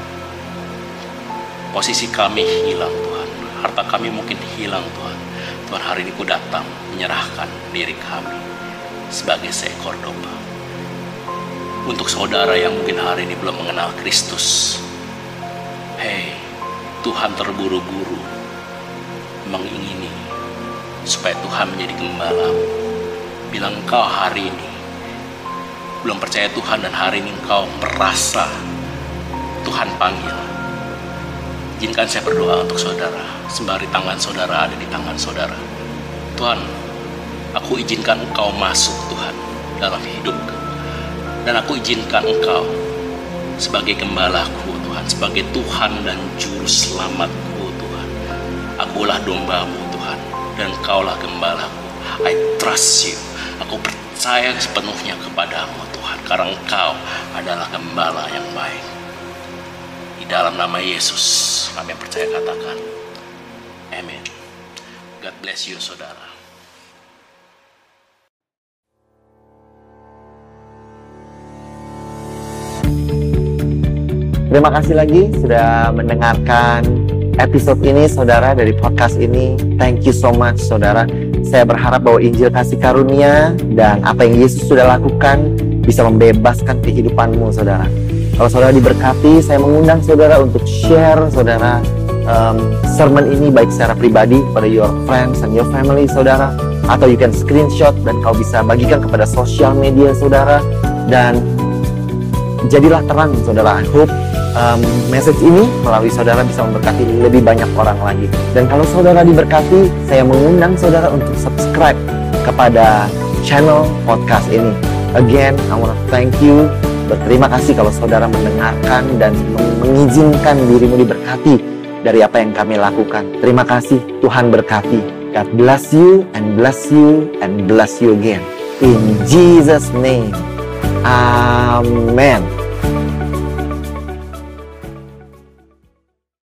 Posisi kami hilang Tuhan. Harta kami mungkin hilang Tuhan. Tuhan, hari ini ku datang menyerahkan diri kami sebagai seekor domba. Untuk saudara yang mungkin hari ini belum mengenal Kristus, hei, Tuhan terburu-buru mengingini supaya Tuhan menjadi gembalamu. Bila engkau hari ini belum percaya Tuhan dan hari ini engkau merasa Tuhan panggil, izinkan saya berdoa untuk saudara, sembari tangan saudara ada di tangan saudara. Tuhan, aku izinkan engkau masuk Tuhan dalam hidupku, dan aku izinkan engkau sebagai gembalaku Tuhan, sebagai Tuhan dan Juru Selamatku Tuhan. Akulah dombamu Tuhan, dan engkaulah gembalaku. I trust you. Aku percaya sepenuhnya kepadamu Tuhan, karena engkau adalah gembala yang baik. Di dalam nama Yesus kami percaya, katakan amin. God bless you saudara. Terima kasih lagi sudah mendengarkan episode ini saudara, dari podcast ini. Thank you so much saudara. Saya berharap bahwa Injil kasih karunia dan apa yang Yesus sudah lakukan bisa membebaskan kehidupanmu saudara. Kalau saudara diberkati, saya mengundang saudara untuk share saudara um, sermon ini baik secara pribadi pada your friends and your family saudara, atau you can screenshot dan kau bisa bagikan kepada sosial media saudara. Dan jadilah terang saudara. I hope um, message ini melalui saudara bisa memberkati lebih banyak orang lagi. Dan kalau saudara diberkati, saya mengundang saudara untuk subscribe kepada channel podcast ini. Again, I want to thank you. Berterima kasih kalau saudara mendengarkan dan mengizinkan dirimu diberkati dari apa yang kami lakukan. Terima kasih, Tuhan berkati. God bless you and bless you and bless you again. In Jesus' name. Amen.